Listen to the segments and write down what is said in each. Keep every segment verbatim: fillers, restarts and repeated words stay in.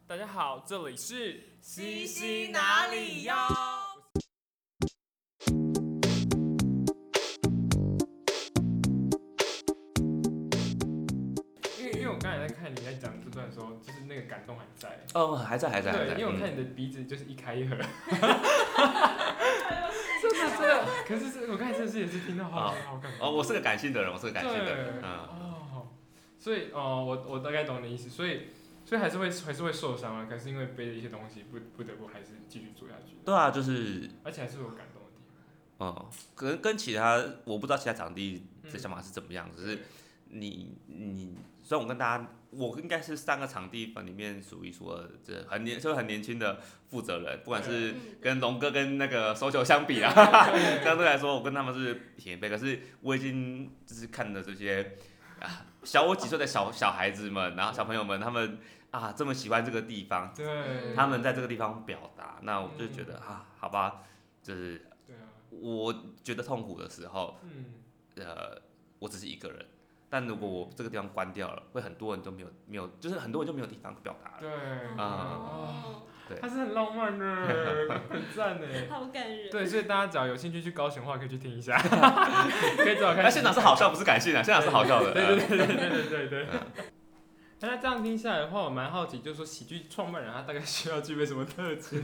大家好，这里是西西哪里哟？ 因为因为我刚才在看你在讲这段的时候，就是那个感动还在。 哦，还在还在还在。 对，因为我看你的鼻子就是一开一合。 真的真的， 可是是我刚才真的是也是听到好好感动。 哦，我是个感性的人，我是个感性的人。嗯。 哦，所以哦，我我大概懂你的意思，所以。所以还是会还是会受伤啊，可是因为背了一些东西，不不得不还是继续做下去。 对啊，就是， 而且还是有感动的地方。哦、嗯，可能跟其他我不知道其他场地的想法是怎么样，只、嗯、是你你虽然我跟大家，我应该是三个场地里面数一数二，这很年就是很年轻的负责人，不管是跟龙哥跟那个手球相比啊，相对来说我跟他们是前辈，可是我已经就是看着这些啊小我几岁的小小孩子们，然后小朋友们他们。啊，这么喜欢这个地方， 对， 他们在这个地方表达，那我就觉得、嗯、啊，好吧，就是，我觉得痛苦的时候，嗯，呃，我只是一个人，但如果我这个地方关掉了，会很多人都没有没有，就是很多人就没有地方表达了， 对， 啊、 嗯，对，它是很浪漫的，很赞的， 好感人。 对，所以大家只要有兴趣去高雄的话，可以去听一下，可以找看。 那现场是好笑，不是感性的，现场是好笑的， 对对对对对对对对。那这样听下来的话，我蛮好奇，就是说喜剧创办人他大概需要具备什么特质？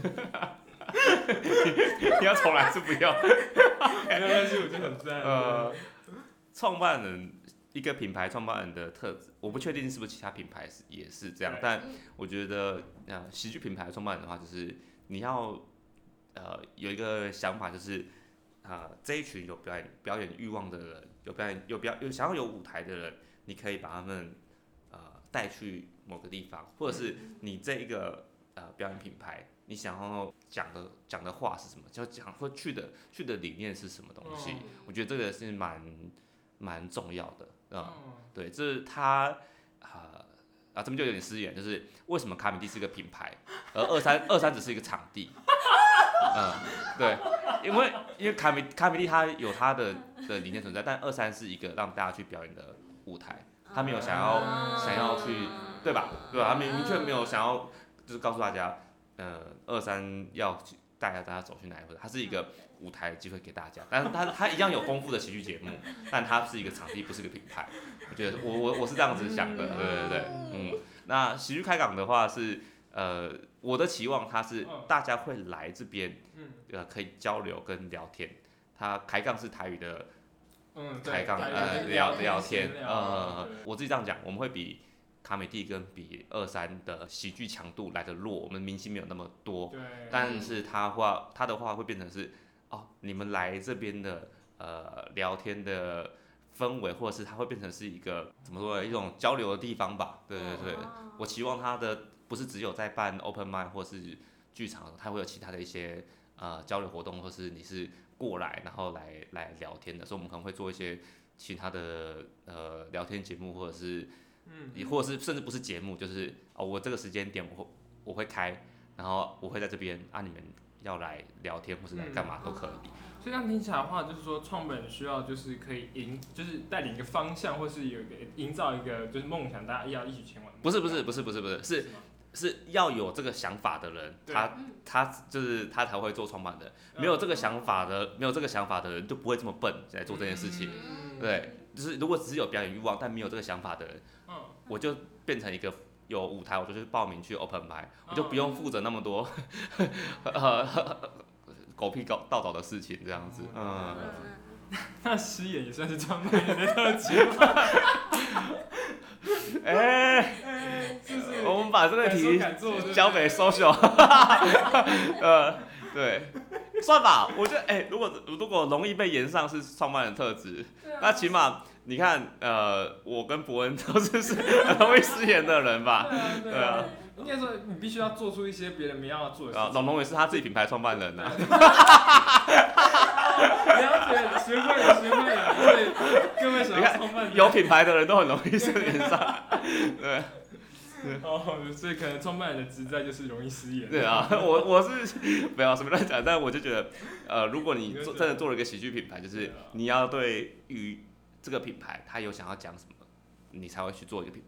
你要重来是不要？ 没关系，我就很赞。呃， 创办人一个品牌创办人的特质，我不确定是不是其他品牌也是这样，但我觉得呃喜剧品牌创办人的话，就是你要呃有一个想法，就是啊、呃、这一群有表演表演欲望的人，有表演有表有想要有舞台的人，你可以把他们。带去某个地方，或者是你这一个呃表演品牌，你想要讲的讲的话是什么？就讲会去的去的理念是什么东西？嗯、我觉得这个是蛮蛮重要的啊、嗯。对，这是他啊啊，这边就有点失言，就是为什么卡米蒂是一个品牌，而二三二三只是一个场地？嗯，对，因为因为卡米卡米蒂它有它的的理念存在，但二三是一个让大家去表演的舞台。他没有想要、啊、想要去，对吧？对吧？他明确没有想要，就是告诉大家，呃，二三要去带大家走去哪里，或者它是一个舞台的机会给大家。但是它它一样有丰富的喜剧节目，但它是一个场地，不是一个品牌。我觉得我我我是这样子想的，对对对，嗯。那喜剧开港的话是，呃，我的期望它是大家会来这边，呃，可以交流跟聊天。它开港是台语的。 嗯， 开杠呃聊聊天，呃，我自己这样讲，我们会比卡美蒂跟比二三的喜剧强度来得弱，我们明星没有那么多，但是他话他的话会变成是哦，你们来这边的呃聊天的氛围，或者是它会变成是一个怎么说呢，一种交流的地方吧，对对对，我期望他的不是只有在办 open mic 或是剧场，它会有其他的一些呃交流活动，或是你是。过来，然后来来聊天的，所以我们可能会做一些其他的呃聊天节目，或者是，嗯，也或者是甚至不是节目，就是哦，我这个时间点我会我会开，然后我会在这边啊，你们要来聊天或是来干嘛都可以。 所以这样听起来的话，就是说创办人需要就是可以引，就是带领一个方向，或是有一个营造一个就是梦想，大家要一起前往。 不是不是不是不是不是是。是要有这个想法的人，他他就是他才会做创办人。没有这个想法的，没有这个想法的人就不会这么笨来做这件事情。对，就是如果只是有表演欲望，但没有这个想法的人，我就变成一个有舞台，我就去报名去 open mic， 我就不用负责那么多狗屁倒倒的事情这样子。嗯， 那失言也算是创办人的特质吗？ 哎、欸，我们把这个题交给 social， 呃，对，算吧。我觉得，哎、欸，如果如果容易被延上是创办人特质，那起码你看，呃，我跟伯恩都是是很容易失言的人吧？ 对啊，应该说你必须要做出一些别人没办法做的事情。 啊，龙龙也是他自己品牌创办人啊。 了解，学会了，学会了。对，各位想要创办人， 有品牌的人都很容易失言上，对。 哦，所以可能创办人的职责就是容易失言。 对啊，我我是不要什么乱讲，但我就觉得，呃，如果你做真的做了一个喜剧品牌，就是你要对于这个品牌，他有想要讲什么，你才会去做一个品牌。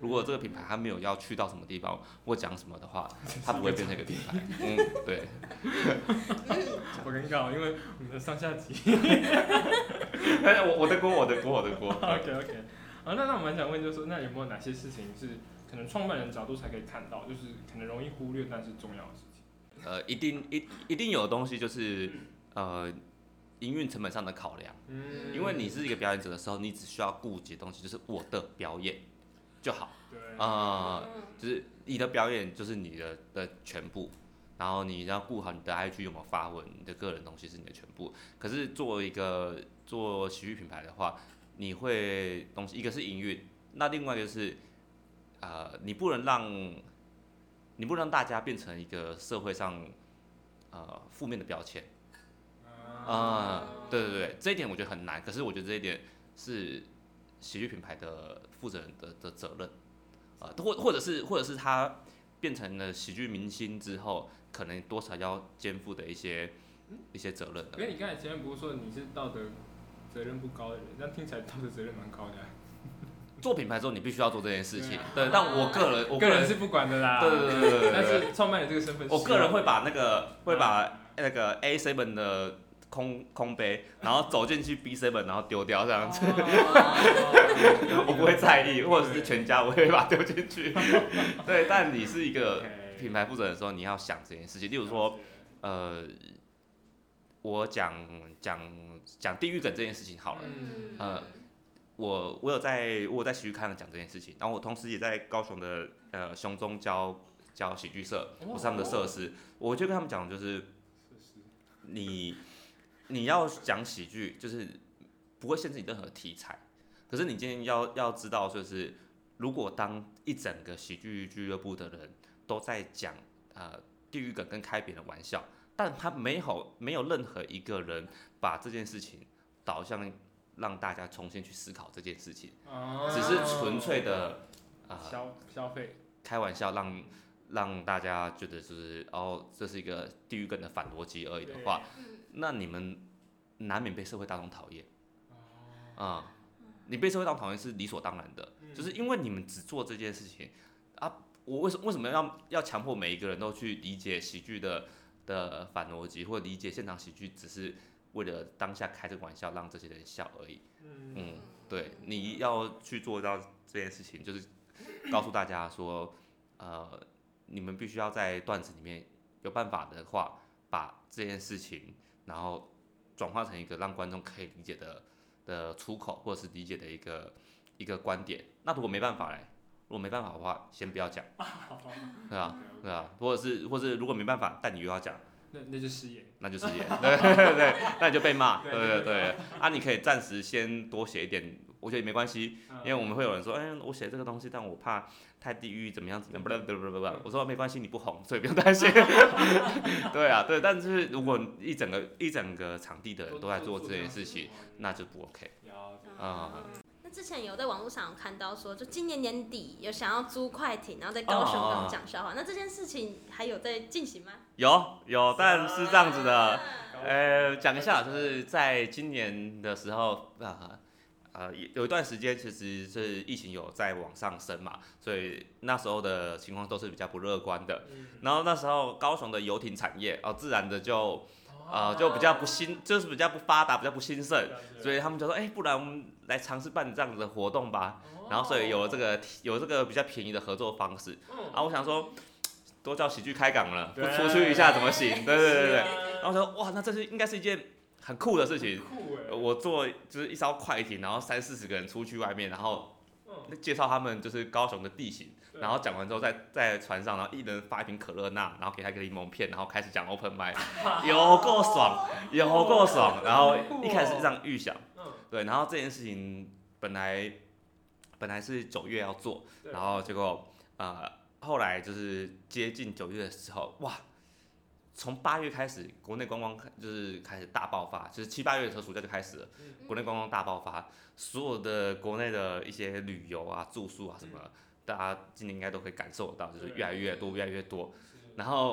如果这个品牌它没有要去到什么地方或讲什么的话，它不会变成一个品牌。嗯，对。 好尴尬，因为我们的上下集。 我我的锅，我的锅，我的锅。 OK OK。啊，那那我蛮想问，就是说，那有没有哪些事情是可能创办人角度才可以看到，就是可能容易忽略但是重要的事情？ 呃，一定一一定有的东西就是呃营运成本上的考量。 嗯。 因为你是一个表演者的时候，你只需要顾及的东西就是我的表演就好。 对。 呃，就是你的表演就是你的的全部，然后你要顾好你的 I G 有没有发文，你的个人东西是你的全部。可是作为一个做喜剧品牌的话，你会东西一个是营运，那另外一个是呃你不能让你不能让大家变成一个社会上呃负面的标签。啊、呃，对对对，这一点我觉得很难，可是我觉得这一点是喜剧品牌的负责人的的责任，啊、呃，或或者是或者是他变成了喜剧明星之后，可能多少要肩负的一些一些责任的。 因为你刚才前面不是说你是道德责任不高的人，这样听起来道德责任蛮高的、啊。 做品牌之后，你必须要做这件事情。对，但我个人，我个人是不管的啦。 对对对对对。 但是创办人这个身份， 我个人会把那个会把那个 A seven 的空空杯，然后走进去 B seven， 然后丢掉这样子。我不会在意，或者是全家我会把它丢进去。对，但你是一个品牌负责人的时候，你要想这件事情。例如说，呃，我讲讲讲地狱梗这件事情好了，呃。我我有在我有在喜剧开讲这件事情，然后我同时也在高雄的呃雄中教教喜剧社，我是他们的社师，我就跟他们讲就是，你你要讲喜剧就是不会限制你任何题材，可是你今天要要知道就是如果当一整个喜剧俱乐部的人都在讲呃地狱梗跟开别人的玩笑，但他没有没有任何一个人把这件事情导向。让大家重新去思考这件事情， 哦、 只是纯粹的、呃、 消消费， 开玩笑让让大家觉得就是哦，这是一个地狱梗的反逻辑而已的话，那你们难免被社会大众讨厌。啊、嗯，你被社会大众讨厌是理所当然的，嗯、就是因为你们只做这件事情啊，我为什为什么要要强迫每一个人都去理解喜剧的的反逻辑，或理解现场喜剧只是。为了当下开这个玩笑，让这些人笑而已。嗯，嗯对，你要去做到这件事情，就是告诉大家说，呃，你们必须要在段子里面有办法的话，把这件事情，然后转化成一个让观众可以理解的的出口，或者是理解的一个一个观点。那如果没办法嘞，如果没办法的话，先不要讲，对啊，对啊，或者是或者如果没办法，但你又要讲。 那那就失言， 那就失言，对对对，那你就被骂，对对对，啊，你可以暂时先多写一点，我觉得也没关系，因为我们会有人说，哎，我写这个东西，但我怕太地狱，怎么样怎么样，不不不不不，我说没关系，你不红，所以不用担心，对啊，对，但是如果一整个一整个场地的人都在做这件事情，那就不 OK， 啊。 之前有在网络上有看到说，就今年年底有想要租快艇，然后在高雄港讲笑话。Oh, 那这件事情还有在进行吗？ 有有，但是这样子的，呃，讲一下，就是在今年的时候啊，呃，有一段时间其实是疫情有在往上升嘛，所以那时候的情况都是比较不乐观的。然后那时候高雄的游艇产业哦，自然的就。呃，就比较不兴，就是比较不发达，比较不兴盛，所以他们就说，哎、欸，不然我们来尝试办这样子的活动吧。然后所以有了这个有这个比较便宜的合作方式。然后我想说，都叫喜剧开港了，不出去一下怎么行？对对对对。然后我说，哇，那这是应该是一件很酷的事情。我坐就是一艘快艇，然后三四十个人出去外面，然后介绍他们就是高雄的地形。然后讲完之后在，在船上，然后一人发一瓶可乐娜，然后给他一个柠檬片，然后开始讲 open mic， 有够爽，有够爽。然后一开始是这样预想，对，然后这件事情本来本来是九月要做，然后结果呃后来就是接近九月的时候，哇，从八月开始，国内观光就是开始大爆发，就是七八月的时候暑假就开始了，国内观光大爆发，所有的国内的一些旅游啊、住宿啊什么。大家今年应该都可以感受得到，就是越来越多，越来越多。然后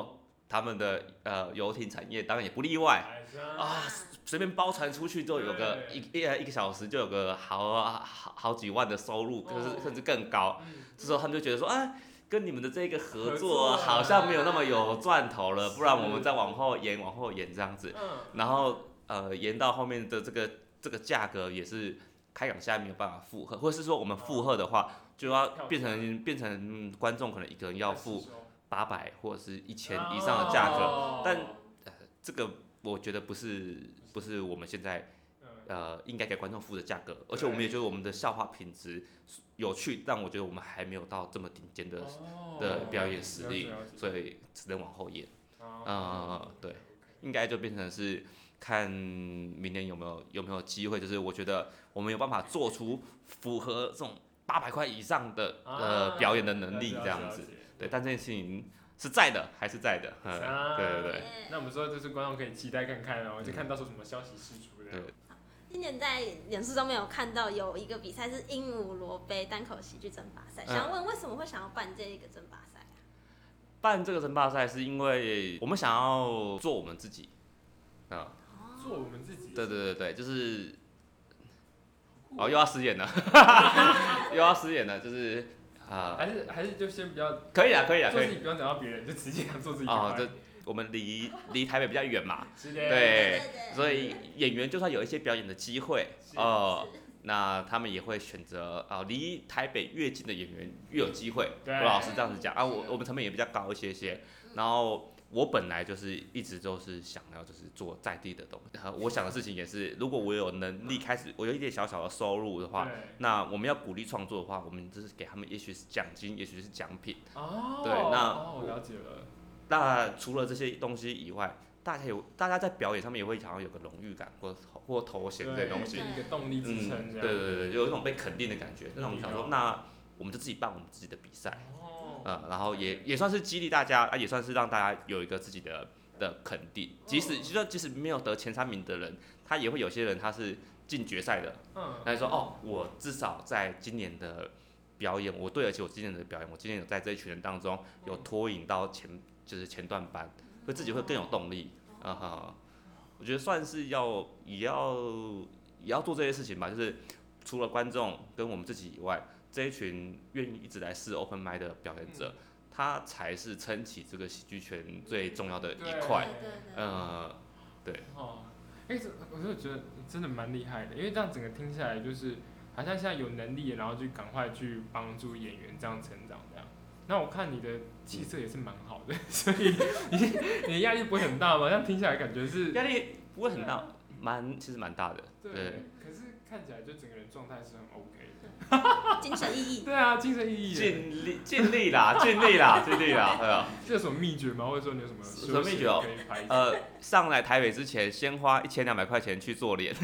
他们的呃游艇产业当然也不例外啊，随便包船出去就有个一一一个小时就有个好好好几万的收入，可是甚至更高。这时候他们就觉得说啊，跟你们的这个合作好像没有那么有赚头了，不然我们再往后延往后延这样子，然后呃延到后面的这个这个价格也是开港现在没有办法负荷，或者是说我们负荷的话就要变成变成观众可能一个人要付八百或者是一千以上的价格，但、呃、这个我觉得不是不是我们现在呃应该给观众付的价格，而且我们也觉得我们的笑话品质有趣，但我觉得我们还没有到这么顶尖的、哦、的表演实力，所以只能往后延。哦、呃，对，应该就变成是看明年有没有有没有机会，就是我觉得我们有办法做出符合这种八百块以上的、啊、呃表演的能力这样子。对，但这件事情是在的，还是在的，嗯，啊、对对对。 那我们说，就是观众可以期待看看哦，就看到时候什么消息释出的。 对。 今年在脸书上面有看到有一个比赛是鹦鹉螺杯单口喜剧争霸赛，想要问为什么会想要办这一个争霸赛、啊？ 办这个争霸赛是因为我们想要做我们自己，啊、 嗯，做我们自己。 对对对对，就是，哦，又要失言了，又要失言了，就是。 啊，还是还是就先不要， 可以啊，可以啊，可以。 做自己不用讲到别人，就直接做自己。 哦，这我们离离台北比较远嘛， 对， 对，所以演员就算有一些表演的机会，哦、呃，那他们也会选择啊，离、呃、台北越近的演员越有机会。我老实这样子讲啊，我我们成本也比较高一些些，然后。我本来就是一直都是想要就是做在地的东西，我想的事情也是，如果我有能力开始，我有一点小小的收入的话，那我们要鼓励创作的话，我们就是给他们，也许是奖金，也许是奖品。 哦， 对，那、 哦、我了解了。 那除了这些东西以外，大家有大家在表演上面也会想要有个荣誉感或或头衔这些东西， 一个动力支撑、嗯。 对对对，有一种被肯定的感觉。那我们想说，那我们就自己办我们自己的比赛。呃，然后也也算是激励大家，啊，也算是让大家有一个自己的的肯定。即使就说即使没有得前三名的人，他也会有些人他是进决赛的，嗯，他就说哦，我至少在今年的表演，我对得起我今年的表演，我今年有在这一群人当中有脱颖到前就是前段班，会自己会更有动力，啊哈，我觉得算是要也要也要做这些事情吧，就是除了观众跟我们自己以外。这一群愿意一直来试 open mic 的表演者，嗯、他才是撑起这个喜剧圈最重要的一块。呃，对。 哦，哎、欸，我就觉得真的蛮厉害的，因为这样整个听下来就是，好像现在有能力，然后就赶快去帮助演员这样成长这样。那我看你的气色也是蛮好的，所以你你的压力不会很大吗？这样听下来感觉是压力不会很大，蛮其实蛮大的。 对。 对可是看起来就整个人状态是很 OK 的。 精神奕奕。 对啊，精神奕奕。 尽力尽力啦，尽力啦，尽力啦，对啊。 这有什么秘诀吗？或者说你有什么什么秘诀哦？呃，上来台北之前，先花一千两百块钱去做脸。 真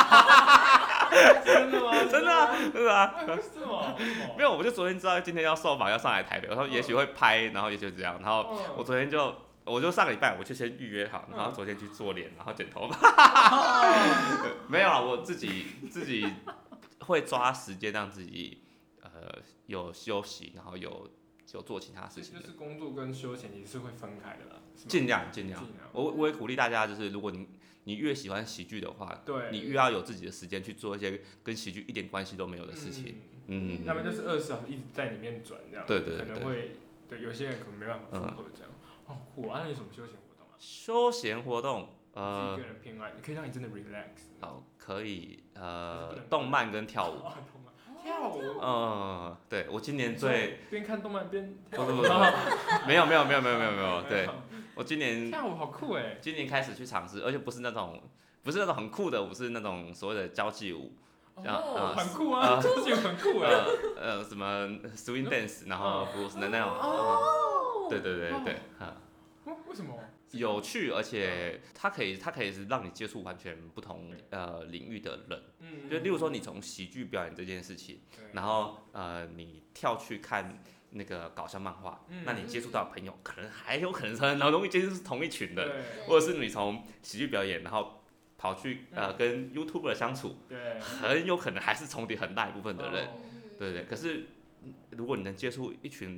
的吗？ 真的啊，真的啊。 是吗？ 没有，我就昨天知道今天要受访，要上来台北，我说也许会拍，然后也许这样，然后我昨天就。我就上个礼拜我就先预约好，然后昨天去做脸，然后剪头发。没有啊，我自己自己会抓时间让自己呃有休息，然后有有做其他事情。 就是工作跟休闲也是会分开的啦。 尽量尽量。我我也鼓励大家，就是如果你你越喜欢喜剧的话， 对， 你越要有自己的时间去做一些跟喜剧一点关系都没有的事情。嗯。 要不然就是二十小时一直在里面转这样。 对对对。 可能会对有些人可能没办法负荷这样。哦，酷！啊，那有什么休闲活动啊？ 休闲活动，呃， 自己个人偏爱，可以让你真的 relax。 好，可以，呃，动漫跟跳舞。 跳舞。 嗯，对，我今年最边看动漫边跳舞。 没有没有没有没有没有没有，对，我今年跳舞好酷哎！ 今年开始去尝试，而且不是那种不是那种很酷的舞，是那种所谓的交际舞。 哦，很酷啊，交际舞很酷哎。 呃，什么 swing dance， 然后 blues 的那种。哦。对对对对，哈、 哦。为什么？ 有趣，而且它可以，它可以是让你接触完全不同呃领域的人。嗯。就例如说，你从喜剧表演这件事情，然后呃，你跳去看那个搞笑漫画，嗯、那你接触到的朋友，可能还有可能很容易接触是同一群的，或者是你从喜剧表演，然后跑去呃跟 YouTuber 相处， 对， 很有可能还是重叠很大一部分的人。 哦、 对对。可是如果你能接触一群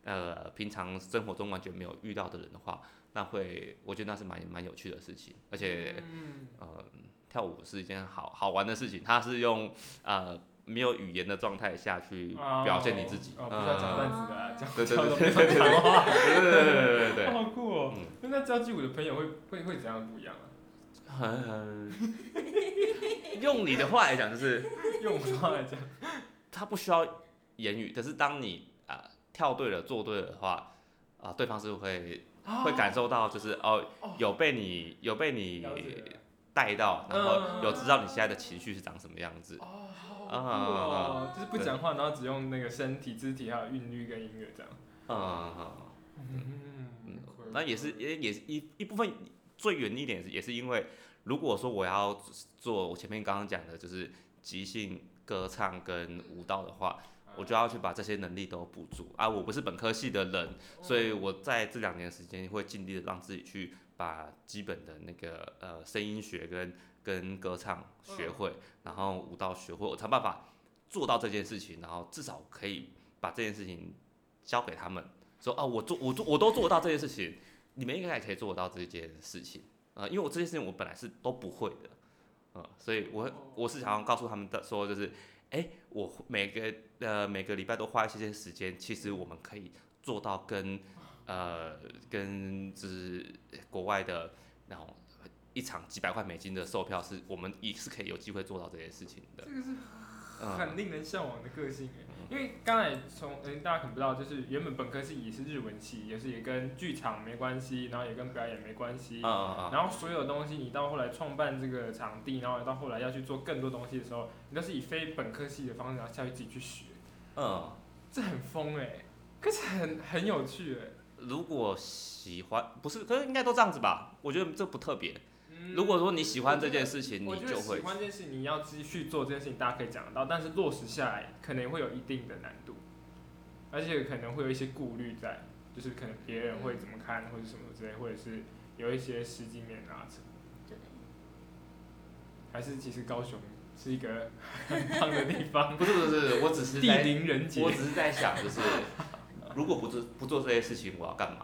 呃平常生活中完全没有遇到的人的话，那会我觉得那是蛮蛮有趣的事情，而且、 嗯、 呃跳舞是一件好好玩的事情，它是用呃没有语言的状态下去表现你自己， 哦，哦不是要讲段子的、啊，讲对对讲对对对讲话， 对对对对对对， 好酷哦！ 嗯， 那交际舞的朋友会会会怎样不一样啊？ 很很用你的话来讲就是用我的话来讲， 他不需要言语，可是当你啊、呃、跳对了做对了的话，啊、呃、对方是会会感受到就是哦有被你有被你带到，然后有知道你现在的情绪是长什么样子。 哦，好酷哦！就是不讲话，然后只用那个身体、肢体还有韵律跟音乐这样。 嗯嗯嗯，那也是也也是一一部分最远一点也是因为，如果说我要做我前面刚刚讲的就是即兴歌唱跟舞蹈的话，我就要去把这些能力都补足啊。我不是本科系的人，所以我在这两年的时间会尽力的让自己去把基本的那个呃声音学跟跟歌唱学会，然后舞蹈学会，我才办法做到这件事情，然后至少可以把这件事情交给他们，说啊我做我做我都做到这件事情，你们应该也可以做到这件事情啊、呃，因为我这件事情我本来是都不会的，呃，所以我我是想要告诉他们的说就是。哎，我每个呃每个礼拜都花一些时间，其实我们可以做到跟呃跟就是国外的那种一场几百块美金的售票，是我们也是可以有机会做到这件事情的。 这个是很令人向往的个性哎，因为刚才从嗯大家可能不知道，就是原本本科系也是日文系，也是也跟剧场没关系，然后也跟表演没关系， 嗯嗯嗯， 然后所有东西你到后来创办这个场地，然后到后来要去做更多东西的时候，你都是以非本科系的方式下去自己去学， 嗯， 这很疯哎，可是很很有趣哎。 如果喜欢不是，可是应该都这样子吧？我觉得这不特别。如果说你喜欢这件事情， 我你就会。 喜欢这件事情，你要继续做这件事情，大家可以讲得到，但是落实下来可能会有一定的难度，而且可能会有一些顾虑在，就是可能别人会怎么看，或者什么之类，或者是有一些实际面啊什么。 对。 还是其实高雄是一个很棒的地方。 不是不是，我只是地在灵人杰。 我只是在想，就是如果不做不做这些事情，我要干嘛？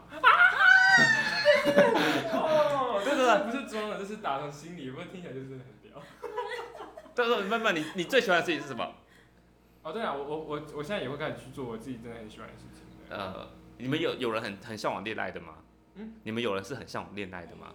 哦，这个不是装的，这是打从心里，不过听起来就真的很屌。 但是慢慢，你你最喜欢的事情是什么？ 哦，对啊，我我我我现在也会开始去做我自己真的很喜欢的事情。 呃，你们有有人很很向往恋爱的吗？ 嗯， 你们有人是很向往恋爱的吗？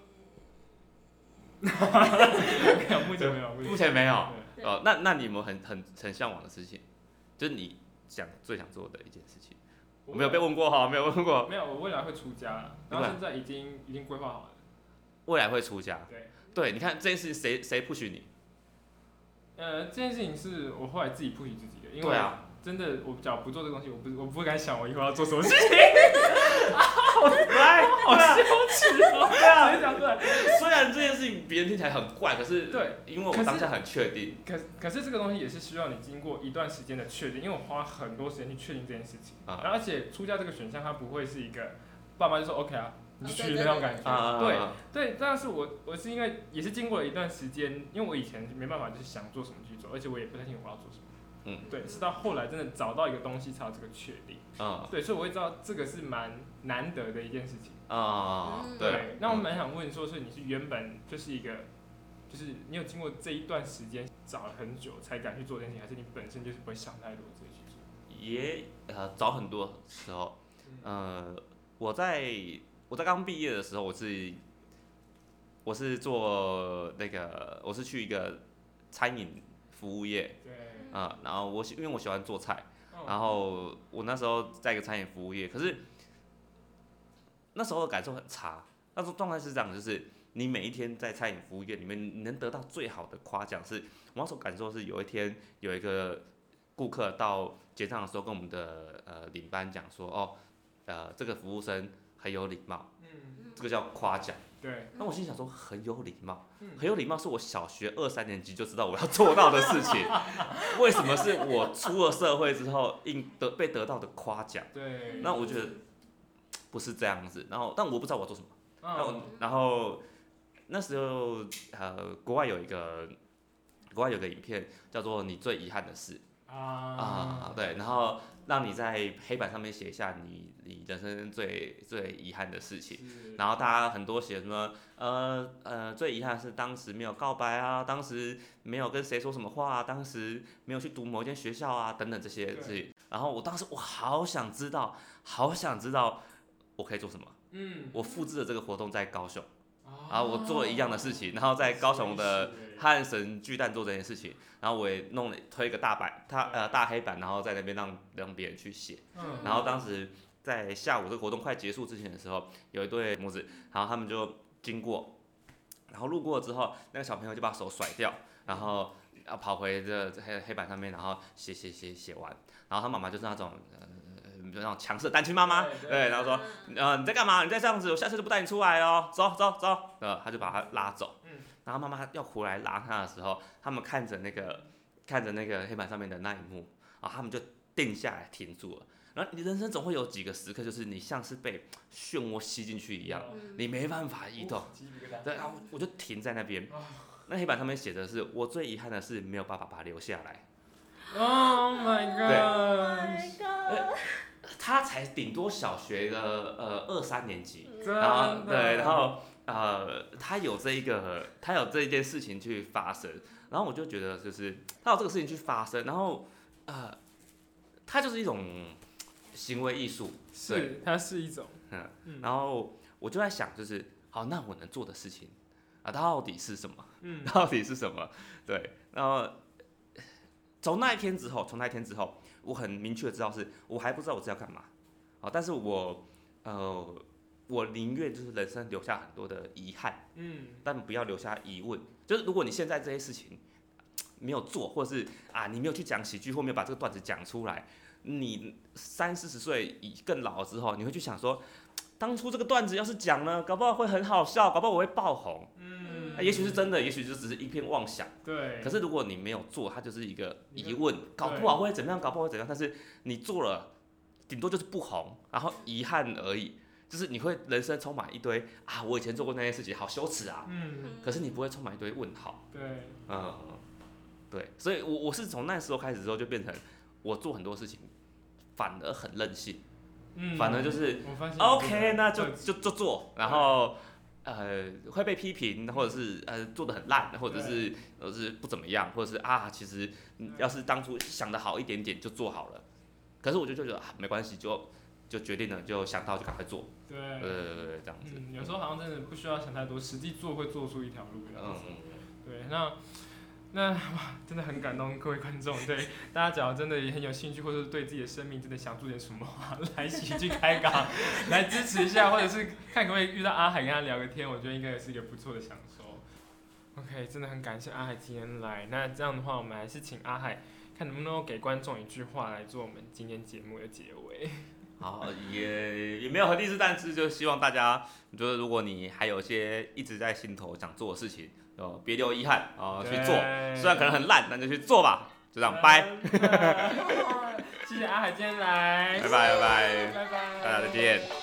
没有，目前没有， 目前没有。 对哦，那那你有没有很很很向往的事情？就是你想最想做的一件事情？我没有被问过哈，没有问过。 没有，我未来会出家了，然后现在已经已经规划好了。 未来会出家。 对。 对，你看这件事情谁谁 push 你？ 呃，这件事情是我后来自己 push 自己的，因为对啊， 真的我只要不做这个东西，我不我不敢想我以后要做什么事情。好来，好羞耻哦！对啊，讲出来。 虽然这件事情别人听起来很怪，可是对， 因为我当下很确定。 可可是这个东西也是需要你经过一段时间的确定，因为我花很多时间去确定这件事情。 啊。 而且出家这个选项，它不会是一个爸妈就说 OK 啊，你就去那种感觉。 啊。 对对，但是我我是因为也是经过了一段时间，因为我以前没办法就是想做什么去做，而且我也不太清楚我要做什么。 嗯。 对，是到后来真的找到一个东西才有这个确定。 嗯。 对，所以我会知道这个是蛮难得的一件事情。 啊、嗯，对。 那我蛮想问说，是你是原本就是一个，就是你有经过这一段时间找了很久才敢去做这件事情，还是你本身就是不会想太多自己去做？ 也呃早很多时候，呃，我在我在刚毕业的时候，我是我是做那个我是去一个餐饮服务业， 对， 啊、呃，然后我因为我喜欢做菜， 哦、 然后我那时候在一个餐饮服务业，可是。那时候的感受很差，那时候状态是这样，就是你每一天在餐饮服务业里面，你能得到最好的夸奖是，我那时候感受是有一天有一个顾客到结账的时候跟我们的呃领班讲说，哦，呃这个服务生很有礼貌，嗯，这个叫夸奖。 对。 那我心想说很有礼貌， 嗯、 很有礼貌是我小学二三年级就知道我要做到的事情，为什么是我出了社会之后应得被得到的夸奖？ 对。 那我觉得。不是这样子，然后但我不知道我要做什么，然后、 哦、 然后那时候呃国外有一个国外有个影片叫做你最遗憾的事， 啊啊，对，然后让你在黑板上面写下你你人生最最遗憾的事情，然后大家很多写什么呃呃最遗憾是当时没有告白啊，当时没有跟谁说什么话啊，当时没有去读某一间学校啊等等这些事情，然后我当时我好想知道，好想知道我可以做什么， 嗯， 我复制了这个活动在高雄。 哦然后我做了一样的事情，然后在高雄的汉神巨蛋做这件事情，然后我也弄了推一个大板，他呃大黑板，然后在那边让让别人去写。 嗯， 然后当时在下午这个活动快结束之前的时候，有一对母子，然后他们就经过，然后路过之后，那个小朋友就把手甩掉，然后要跑回这黑黑板上面，然后写写写写完，然后他妈妈就是那种呃就那种强势的单亲妈妈，对，然后说呃你在干嘛？你再这样子，我下次就不带你出来哦，走走走，呃他就把他拉走，然后妈妈要回来拉他的时候，他们看着那个看着那个黑板上面的那一幕，然后他们就定下来停住了。然后你人生总会有几个时刻，就是你像是被漩涡吸进去一样，你没办法移动。对，然后我就停在那边。那黑板上面写的是，我最遗憾的是没有把爸爸留下来。 Oh my god！ 对，他才顶多小学的呃二三年级， 然然后对，然后呃他有这一个，他有这一件事情去发生，然后我就觉得就是他有这个事情去发生，然后呃他就是一种行为艺术， 是，它是一种， 嗯，然后我就在想，就是好，那我能做的事情啊，到底是什么？ 嗯， 到底是什么？对，然后从那一天之后，从那一天之后，我很明确的知道是，我还不知道我是要干嘛，好，但是我呃，我宁愿就是人生留下很多的遗憾， 嗯， 但不要留下疑问。就是如果你现在这些事情没有做，或者是啊，你没有去讲喜剧，或没有把这个段子讲出来。你三四十岁更老了之后，你会去想说，当初这个段子要是讲了，搞不好会很好笑，搞不好我会爆红。嗯，也许是真的，也许就只是一片妄想。 对。 可是如果你没有做，它就是一个疑问，搞不好会怎么样，搞不好会怎样。但是你做了，顶多就是不红，然后遗憾而已。就是你会人生充满一堆啊，我以前做过那件事情，好羞耻啊。嗯。可是你不会充满一堆问号。 对。 嗯，对。所以我我是从那时候开始之后，就变成我做很多事情。反而很任性，嗯、反而就是 OK， 那就就就做，然后呃会被批评，或者是呃做得很烂，或者是呃是不怎么样，或者是啊其实要是当初想得好一点点就做好了，可是我就觉得、啊、没关系，就就决定了，就想到就赶快做， 对， 呃这样子、 嗯，有时候好像真的不需要想太多，实际做会做出一条路这样子， 嗯、 对，那。那哇，真的很感动各位观众，对大家只要真的也很有兴趣，或者是对自己的生命真的想做点什么话，来喜剧开港，来支持一下，或者是看可不可以遇到阿海跟他聊个天，我觉得应该也是一个不错的享受。OK， 真的很感谢阿海今天来，那这样的话，我们还是请阿海看能不能够给观众一句话来做我们今天节目的结尾。 好，也也没有很励志，但是就希望大家，就是如果你还有一些一直在心头想做的事情。哦，别留遗憾哦，去做，虽然可能很烂，但就去做吧，就这样，拜。 谢谢阿海今天来， 拜拜拜拜， 拜拜， 大家再见。